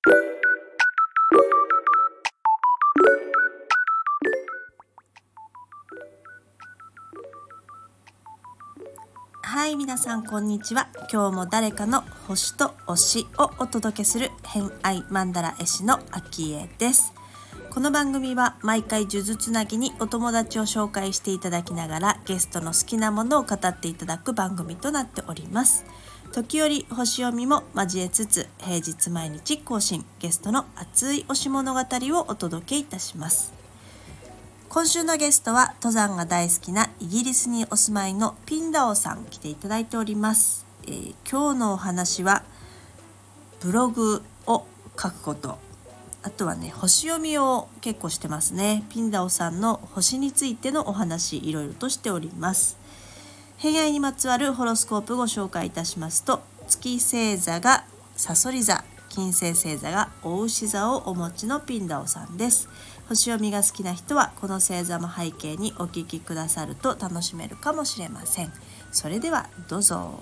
はい、皆さんこんにちは。今日も誰かの星と推しをお届けする偏愛マンダラ絵師のあきえです。この番組は毎回数珠つなぎにお友達を紹介していただきながらゲストの好きなものを語っていただく番組となっております。時折星読みも交えつつ平日毎日更新、ゲストの熱い推し物語をお届けいたします。今週のゲストは登山が大好きなイギリスにお住まいのピンダオさん来ていただいております。今日のお話はブログを書くこと、あとはね星読みを結構してますね。ピンダオさんの星についてのお話いろいろとしております。偏愛にまつわるホロスコープご紹介いたしますと、月星座がさそり座、金星星座が牡牛座をお持ちのピンダオさんです。星読みが好きな人はこの星座も背景にお聞きくださると楽しめるかもしれません。それではどうぞ。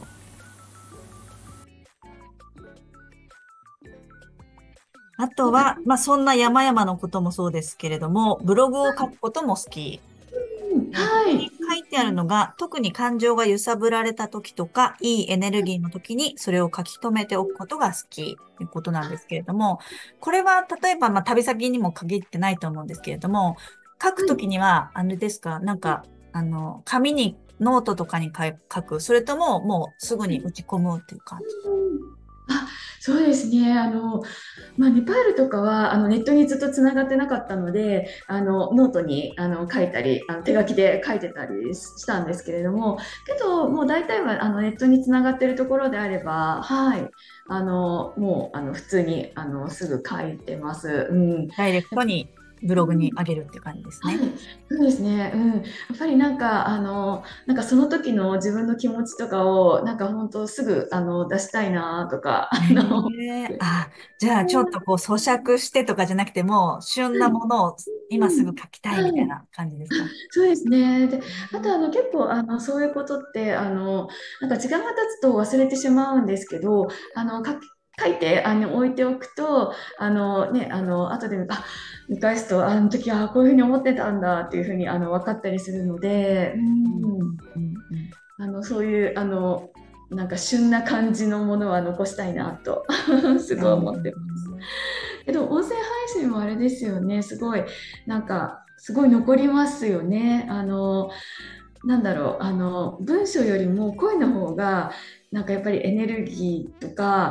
あとは、そんな山々のこともそうですけれども、ブログを書くことも好き。 はい。 書いてあるのが、特に感情が揺さぶられた時とか、いいエネルギーの時にそれを書き留めておくことが好きということなんですけれども、これは例えば、旅先にも限ってないと思うんですけれども、書く時には、あれですか、紙に、ノートとかに書く、それとももうすぐに打ち込むっていう感じ。 あ、そうですね。ネパールとかはネットにずっとつながってなかったので、ノートに書いたり、手書きで書いてたりしたんですけれども、けど、もう大体はネットにつながってるところであれば、はい、もう普通にすぐ書いてます。うん。 ダイレクトにブログに上げるっていう感じですね。 はい、そうですね。うん。やっぱりその時の自分の気持ちとかを、本当すぐ、出したいなとか、 じゃあちょっとこう咀嚼してとかじゃなくても、旬なものを今すぐ書きたいみたいはい、 な感じですか？ そうですね。で、あと結構そういうことって時間が経つと忘れてしまうんですけど、書いて置いておくと後で見返すとあの時こういうふうに思ってたんだっていうふうに分かったりするので、 うんうんうん。 そういう旬な感じのものは残したいなとすごい思ってます。けど音声配信もあれですよね。すごいすごい残りますよね。文章よりも声の方がやっぱりエネルギーとか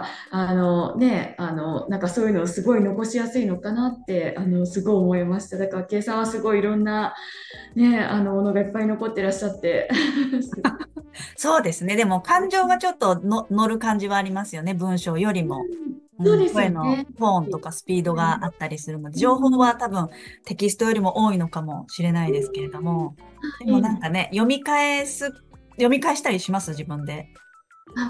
そういうのをすごい残しやすいのかなってすごい思いました。だから計算はすごいいろんなものがいっぱい残ってらっしゃってそうですね。でも感情がちょっとの乗る感じはありますよね。文章よりも。 そうです声のよね。 トーンとかスピードがあったりするので、情報うん、 は多分テキストよりも多いのかもしれないですけれども、でもなんはい。 かね、読み返したりします自分で？ あ、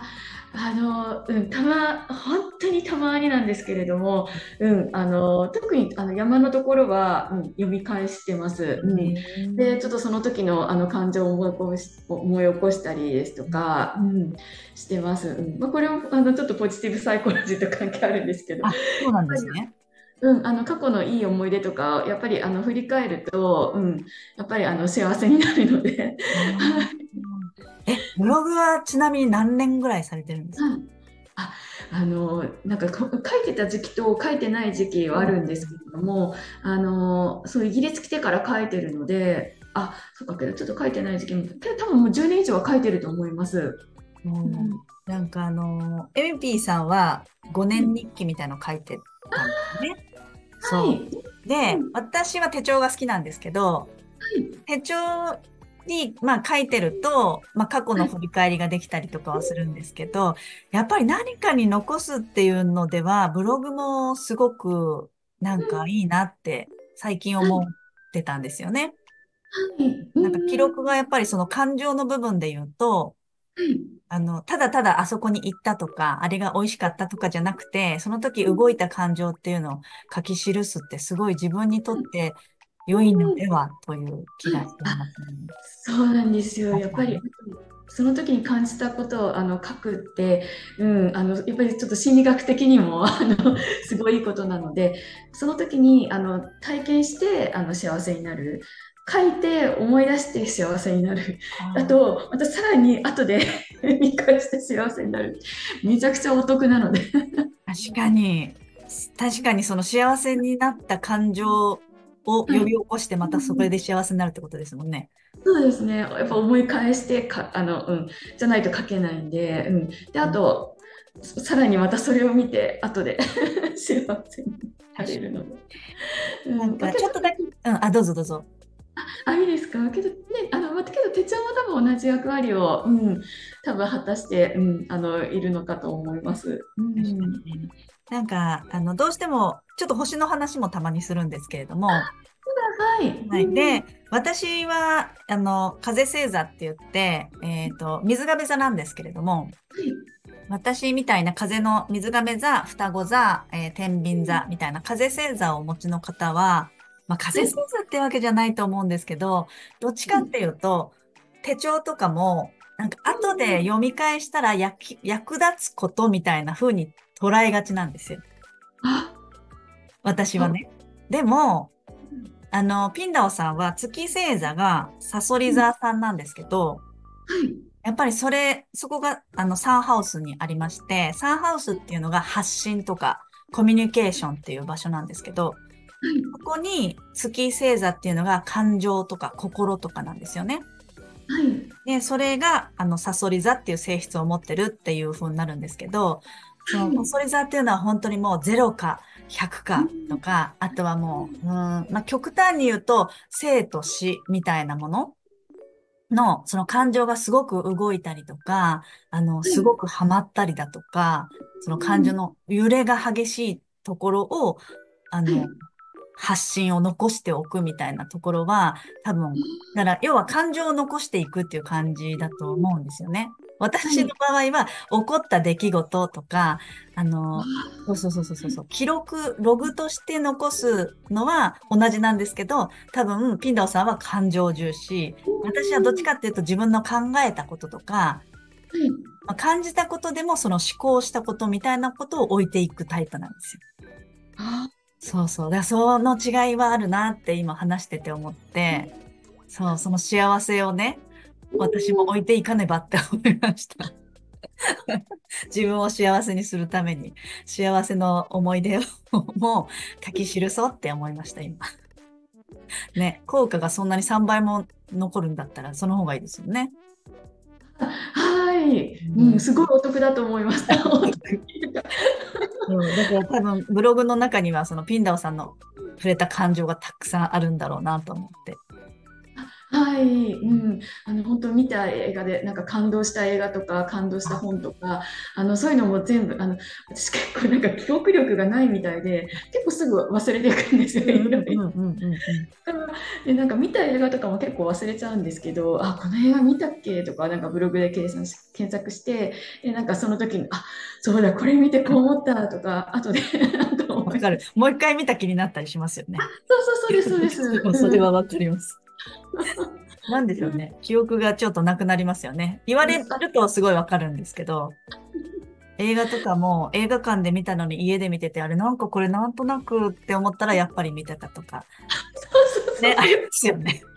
本当にたまになんですけれども、特に山のところは、読み返してます。うん。で、ちょっとその時の感情を思い起こしたりですとか、してます。これもちょっとポジティブサイコロジーと関係あるんですけど、やっあ、そうなんでぱりすね。 過去のいい思い出とか、やっぱり振り返ると、やっぱり幸せになるので、 あブログはちなみに何年ぐらいされてるんですか？ はい。あ、書いてた時期と書いてない時期はあるんですけれども、そう、イギリス来てから書いてるので、そっかけど、ちょっと書いてない時期も、けど多分もう10年以上は書いてると思います。 うん、 うん。 エミピーさんは5年うん、 日記みたいの書いてたんですね。そはい。 う。で、 うん、 私は手帳が好きなんですけど、 はい。 手帳に、書いてると、過去の振り返りができたりとかはするんですけど、やっぱり何かに残すっていうのでは、ブログもすごくなんかいいなって最近はい。 思ってたんですよね。 はい。うなんか記ん。 録がやっぱりその感情の部分で言うと、 はい。 ただただあそこに行ったとか、あれが美味しかったとかじゃなくて、その時動いた感情っていうのを書き記すってすごい自分にとって良いのうん。 ではという気はい。 がしていますね。 そうなんですよ。やっぱり、 皆さんね。 その時に感じたことを書くって、やっぱりちょっと心理学的にもすごいいいことなので、その時に体験して幸せになる。書いて思い出して幸せになる。あと、またさらに後で見返して幸せになる。めちゃくちゃお得なので。 確かに、確かにその幸せになった感情を呼び起こしてまたそれで幸せになるってことですもんね。 そうですね。やっぱ思い返してじゃないと書けないんで、で、あと、さらにまたそれを見て、後で幸せになれるので。 なんかちょっとだけ、どうぞどうぞ。 いいですか。けどね、けど手帳も多分同じ役割を、多分果たして、いるのかと思います。 なんか、どうしても、ちょっと星の話もたまにするんですけれども、 はい。 はい。で、私は、風星座って言って、水亀座なんですけれども、私みたいな風の水亀座、双子座、天秤座みたいな風星座をお持ちの方は、まあ、風星座ってわけじゃないと思うんですけど、どっちかっていうと、手帳とかも、なんか後で読み返したら役立つことみたいな風に捉えがちなんですよ。私はね。でも、ピンダオさんは月星座がサソリ座さんなんですけど、やっぱりそこがサンハウスにありまして、サンハウスっていうのが発信とかコミュニケーションっていう場所なんですけど、ここに月星座っていうのが感情とか心とかなんですよね。で、それがサソリ座っていう性質を持ってるっていう風になるんですけど、そのサソリ座っていうのは本当にもう0か100かとか、あとはもう、まあ、極端に言うと生と死みたいなものの、その感情がすごく動いたりとか、すごくハマったりだとか、その感情の揺れが激しいところを、発信を残しておくみたいなところは、多分、だから、要は感情を残していくっていう感じだと思うんですよね。私の場合は、起こった出来事とか、記録、ログとして残すのは同じなんですけど、多分、ピンダオさんは感情重視、私はどっちかっていうと自分の考えたこととか、感じたことでもその思考したことみたいなことを置いていくタイプなんですよ。そうそう。だからその違いはあるなって今話してて思って、そう、その幸せをね、私も置いていかねばって思いました。自分を幸せにするために、幸せの思い出をもう書き記そうって思いました、今。ね、効果がそんなに3倍も残るんだったら、その方がいいですよね。 すごいお得だと思いました。 だから多分ブログの中にはそのピンダオさんの触れた感情がたくさんあるんだろうなと思って。 本当見た映画でなんか感動した映画とか感動した本とかそういうのも全部私結構なんか記憶力がないみたいで結構すぐ忘れていくんですよ。でなんか見た映画とかも結構忘れちゃうんですけど、この映画見たっけとかなんかブログで検索してなんかその時にそうだこれ見てこう思ったとか後でわかる。もう一回見た気になったりしますよね。 そうですそうです。 それはわかります。なんでしょうね。記憶がちょっとなくなりますよね。言われるとすごいわかるんですけど、映画とかも映画館で見たのに家で見てて、あれなんかこれなんとなくって思ったらやっぱり見てたとか。ね、ありますよね。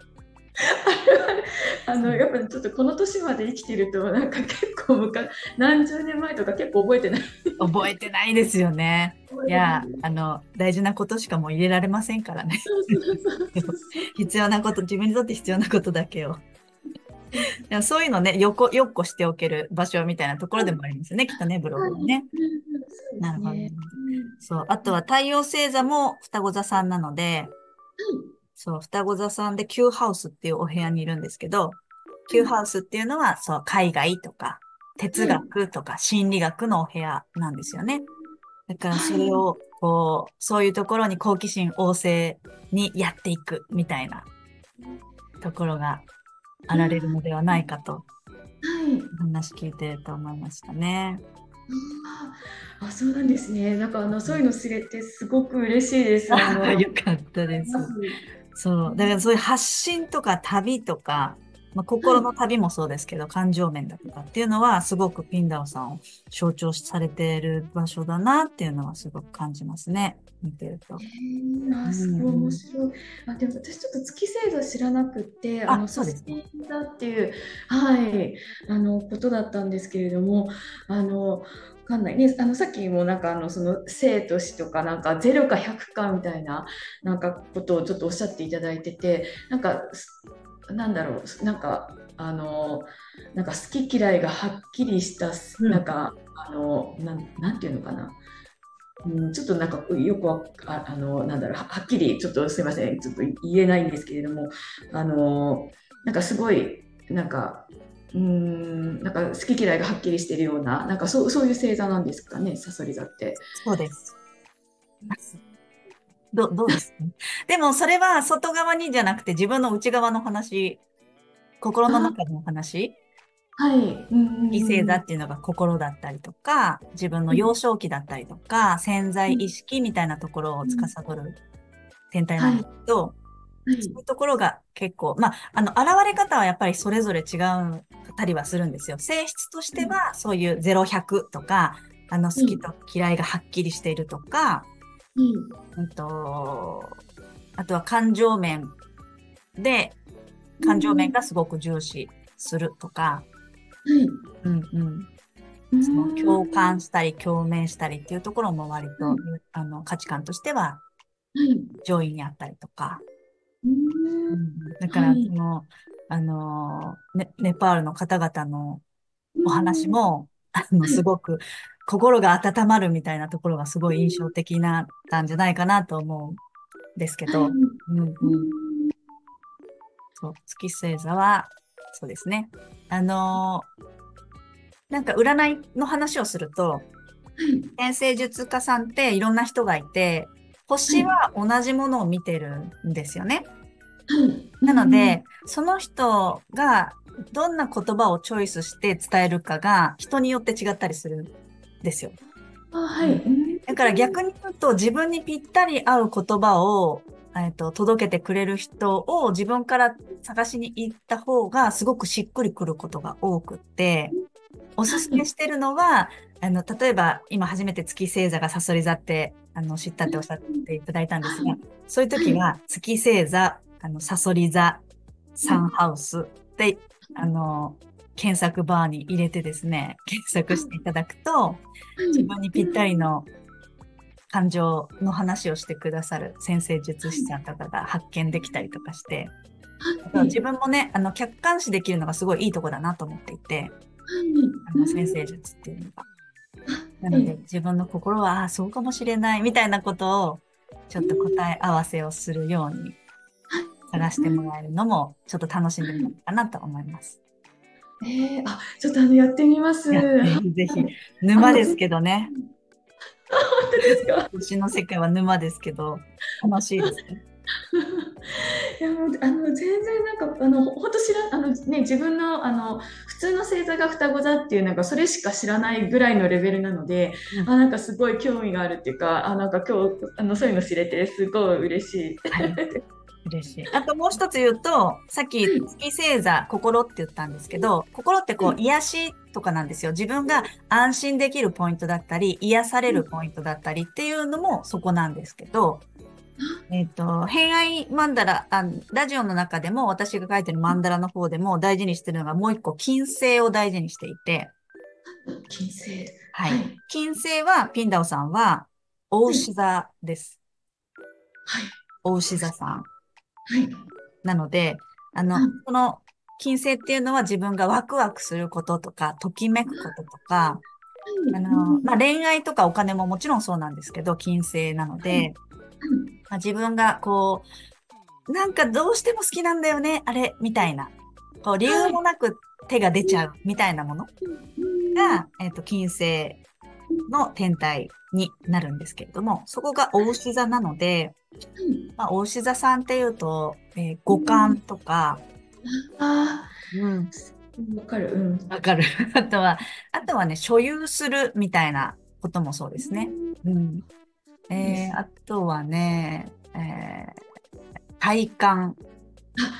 やっぱりちょっとこの年まで生きてるとなんか結構何十年前とか結構覚えてない。 覚えてないですよね。いや、大事なことしかもう入れられませんからね。必要なこと、自分にとって必要なことだけを。そういうのね、よっこしておける場所みたいなところでもありますよね、きっとね、ブログはね。なるほど。そう。あとは太陽星座も双子座さんなので、そう、双子座さんで Q ハウスっていうお部屋にいるんですけど、Q ハウスっていうのは、そう、海外とか、哲学とか心理学のお部屋なんですよね。だからそれを、そういうところに好奇心旺盛にやっていくみたいなところがあられるのではないかと、話聞いてると思いましたね。 そうなんですね。なんかそういうの知れてすごく嬉しいです。 よかったです。そう。だからそういう発信とか旅とか、 まあ、心の旅もそうですけど、感情面だとかっていうのは、すごくピンダオさんを象徴されている場所だなっていうのはすごく感じますね。見てると。うすごい面んうん。 白い。でも私ちょっと月星座知らなくて、 あ、そうサですね。 ソリ座っていう、はい、ことだったんですけれども、わかんないね。さっきもなんかその生と死とかなんか0か100かみたいななんかことをちょっとおっしゃっていただいてて、なんかなんだろう、なんか好き嫌いがはっきりしたうん。 なんかなんていうのかな。ちょっとなんかよくなんだろう、はっきりちょっとすいません、ちょっと言えないんですけれども、あの、なんかすごい、なんか、なんか好き嫌いがはっきりしてるような、なんかそういう星座なんですかね、さそり座って。 そうです。どうですね。でも、それは外側にじゃなくて自分の内側の話、心のあ、 中の話、 はい。 犠牲だっていうのが心だったりとか、自分の幼うん少期だったりとか、潜在うん意識みたいなところをうん司る天体なはい。 んですけど、 はい。 そういうところが結構、まあ、現れ方はやっぱりそれぞれ違うたりはするんですよ。性質としては、そういう0、100とか、好きと嫌いがはっきりしているとか、うんと、あとはで、感情面がすごく重視するとか、うんうん。その共感したり共鳴したりっていうところも割と、価値観としては上位にあったりとか。うん、だから、ネパールの方々のお話も、すごく心が温まるみたいなところがすごい印象的なったんじゃないかなと思うんですけど、うんうん。そう、月星座は、そうですね。あのなんか占いの話をすると、天星術家さんっていろんな人がいて、星は同じものを見てるんですよね。なので、その人がどんな言葉をチョイスして伝えるかが人によって違ったりするんですよ。うん。だから逆に言うと自分にぴったり合う言葉を、届けてくれる人を自分から探しに行った方がすごくしっくりくることが多くって、おすすめしてるのは、例えば今初めて月星座がサソリ座って、知ったっておっしゃっていただいたんですが、そういう時は月星座、サソリ座、サンハウスで、あの、検索バーに入れてですね、検索していただくと、自分にぴったりの感情の話をしてくださる先生術師さんとかが発見できたりとかして、自分もね、客観視できるのがすごいいいとこだなと思っていて、先生術っていうのが。なので、自分の心は、ああ、そうかもしれない、みたいなことを、ちょっと答え合わせをするように探してもらえるのも、ちょっと楽しんでもらおうかなと思います。 ちょっとやってみます。 いや、ぜはひぜひ、 い。 沼ですけどね。 本当ですか？ 牛の世界は沼ですけど、楽しいですね。 いやもう全然なんか本当知らね自分の普通の星座が双子座っていうなんかそれしか知らないぐらいのレベルなので、 うん。 なんかすごい興味があるっていうか、なんか今日そういうの知れてすごい嬉しい。 はい。嬉しい。あともう一つ言うと、さっき月星座、心って言ったんですけど、心ってこう、癒しとかなんですよ。自分が安心できるポイントだったり、癒されるポイントだったりっていうのもそこなんですけど、偏愛マンダラ、ラジオの中でも私が書いてるマンダラの方でも大事にしてるのがもう一個、金星を大事にしていて、 金星。 はい。 はい。 金星は、ピンダオさんは、おはい。 牛座です。 はい。 お牛座さん。 はい。 なので、この金星っていうのは自分がワクワクすることとか、ときめくこととか、まあ、恋愛とかお金ももちろんそうなんですけど、金星なので、まあ、自分がこう、なんかどうしても好きなんだよね、あれ、みたいな、こう、理由もなく手が出ちゃうみたいなものが、金星の天体になるんですけれども、そこがお牛座なので、まあ、お牛座さんっていうと、五感とか、 あうん。 わかる。 わかる。あとはね、所有するみたいなこともそうですね。うん。 です。 あとはね、体感。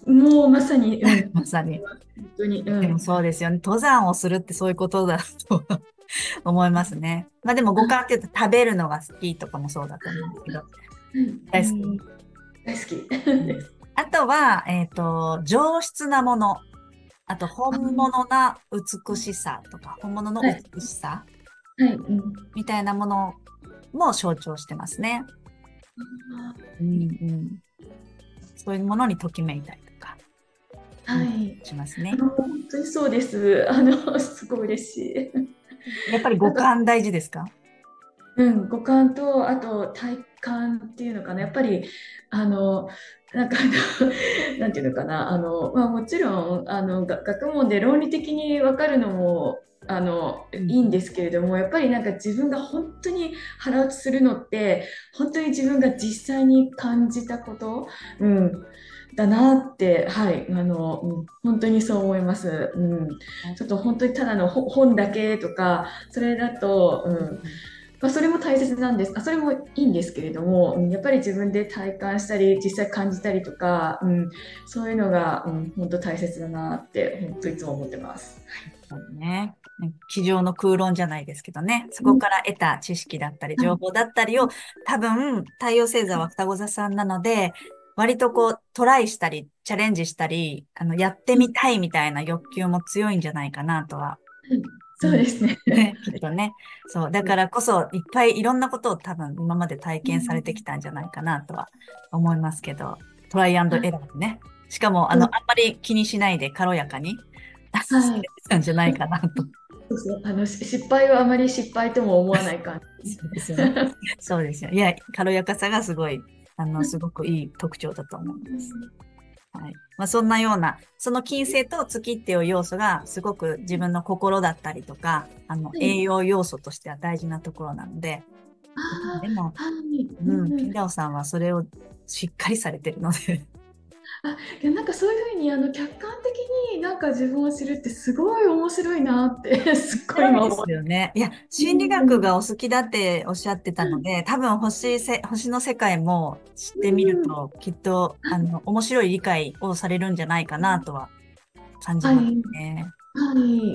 もうまさに、 まさに。 本当に、 でもそうですよね。登山をするってそういうことだと思いますね。まあでも五感って言うと食べるのが好きとかもそうだと思うんですけど、大好き。 大好きうんです。 あとは、上質なもの。あと、本物な美しさとか、本物のはい、 美しさはい、 みたいなものも象徴してますね。うんうん。そういうものにときめいたりとか、うん、 はい。 しますね。 本当にそうです。すごい嬉しい。 やっぱり五なんか、 感大事ですか？ 五感と、あと体感っていうのかな。やっぱり、あの、なんかなんていうのかな。もちろん、学問で論理的に分かるのも、 うんいいんですけれども、やっぱりなんか自分が本当に腹落ちするのって、本当に自分が実際に感じたこと、うん、だなって、はい、本当にそう思います。ちょっと本当にただの本だけとか、それだと、それも大切なんです。それもいいんですけれども、やっぱり自分で体感したり、実際感じたりとか、そういうのが、本当大切だなって、本当いつも思ってます。 そうね。机上の空論じゃないですけどね。そうんこから得た知識だったり、 はい、 情報だったりを、多分、太陽星座は双子座さんなので、割とこう、トライしたり、チャレンジしたり、やってみたいみたいな欲求も強いんじゃないかなとは。うん。 そうですね。 ね、きっとね。そう。だからこそ、いっぱいいろんなことを多分今まで体験されてきたんじゃないかなとは思いますけど、トライアンドエラーでね。しかも、 そうあんまり気にしないで軽やかに、さはい。 れてたんじゃないかなと。 そうそう失敗はあまり失敗とも思わない感じ。 そうですよね。そうですよ。いや、軽やかさがすごい、すごくいい特徴だと思います。はい。まあ、そんなような、その金星と月っていう要素がすごく自分の心だったりとか、 はい。 栄養要素としては大事なところなので、でも、 はい。 ピンダオさんはそれをしっかりされてるので、 いやなんかそういうふうに客観的になんか自分を知るってすごい面白いなってすっごい面白いで今思う。 すよね。いや、 う心理学んがお好きだっておっしゃってたので、多分星の世界も知ってみるうんと、きっと、面白い理解をされるんじゃないかなとは感じますはい。 ね。 はい。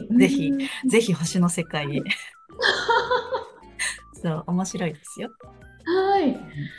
ぜひ、 うん。 ぜひ星の世界へ。そう、面白いですよ。 はい。 うん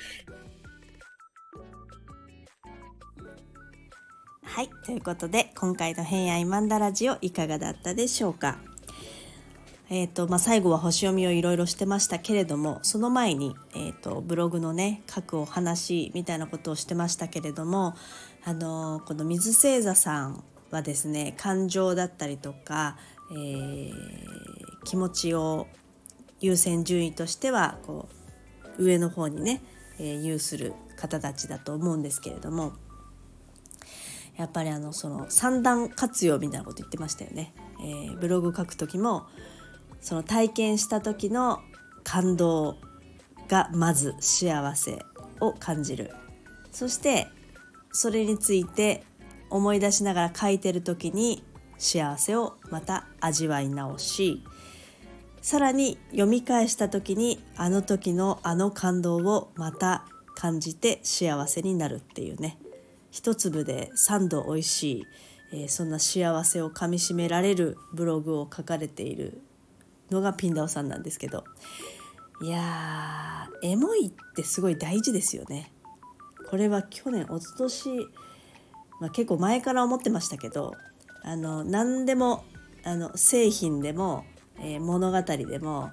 はい、ということで今回の偏愛マンダラジオいかがだったでしょうか。最後は星読みをいろいろしてましたけれども、その前に、ブログのね書くお話みたいなことをしてましたけれども、この水星座さんはですね、感情だったりとか、気持ちを優先順位としてはこう上の方にね、有する方たちだと思うんですけれども、やっぱりその三段活用みたいなこと言ってましたよね。ブログ書く時もその体験した時の感動がまず幸せを感じる。そしてそれについて思い出しながら書いてる時に幸せをまた味わい直し、さらに読み返した時にあの時のあの感動をまた感じて幸せになるっていうね、一粒で三度おいしい、そんな幸せをかみしめられるブログを書かれているのがピンダオさんなんですけど、いやーエモいってすごい大事ですよね。これは去年一昨年、結構前から思ってましたけど、何でも製品でも、物語でも、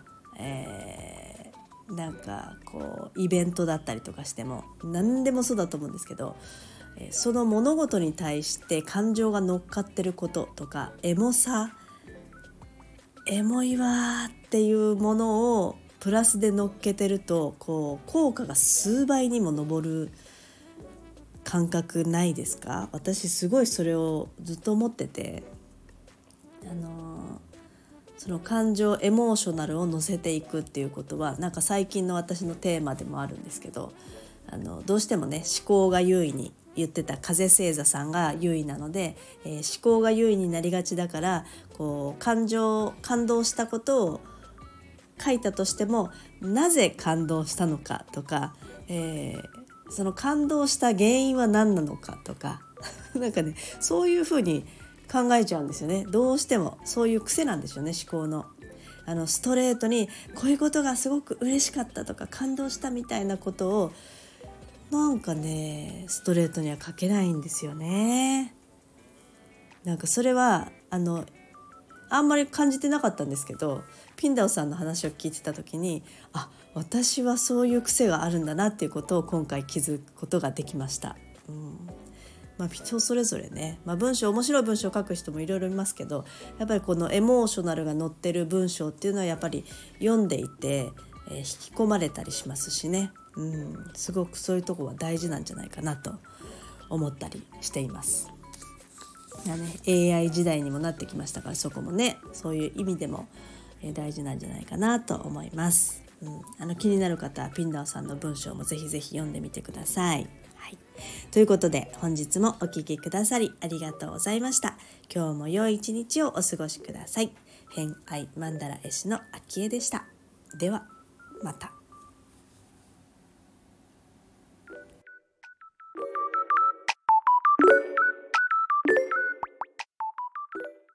なんかこうイベントだったりとかしても何でもそうだと思うんですけど、その物事に対して感情が乗っかってることとか、エモさ、エモいわっていうものをプラスで乗っけてると、こう効果が数倍にも上る感覚ないですか？私すごいそれをずっと思ってて、その感情エモーショナルを乗せていくっていうことはなんか最近の私のテーマでもあるんですけど、どうしてもね思考が優位に、言ってた風星座さんが優位なので、思考が優位になりがちだから、こう感動したことを書いたとしてもなぜ感動したのかとか、その感動した原因は何なのかとか、 なんかね、そういう風に考えちゃうんですよね。どうしてもそういう癖なんですよね、思考の。ストレートにこういうことがすごく嬉しかったとか感動したみたいなことをなんかね、ストレートには書けないんですよね。なんかそれはあんまり感じてなかったんですけど、ピンダオさんの話を聞いてた時に、私はそういう癖があるんだなっていうことを今回気づくことができました。人それぞれね、面白い文章を書く人もいろいろいますけど、やっぱりこのエモーショナルが載ってる文章っていうのはやっぱり読んでいて、引き込まれたりしますしね、すごくそういうとこは大事なんじゃないかなと思ったりしています。AI 時代にもなってきましたから、そこもね、そういう意味でも大事なんじゃないかなと思います。気になる方はピンダオさんの文章もぜひぜひ読んでみてください。ということで本日もお聞きくださりありがとうございました。今日も良い一日をお過ごしください。偏愛マンダラ絵師のあきえでした。ではまた。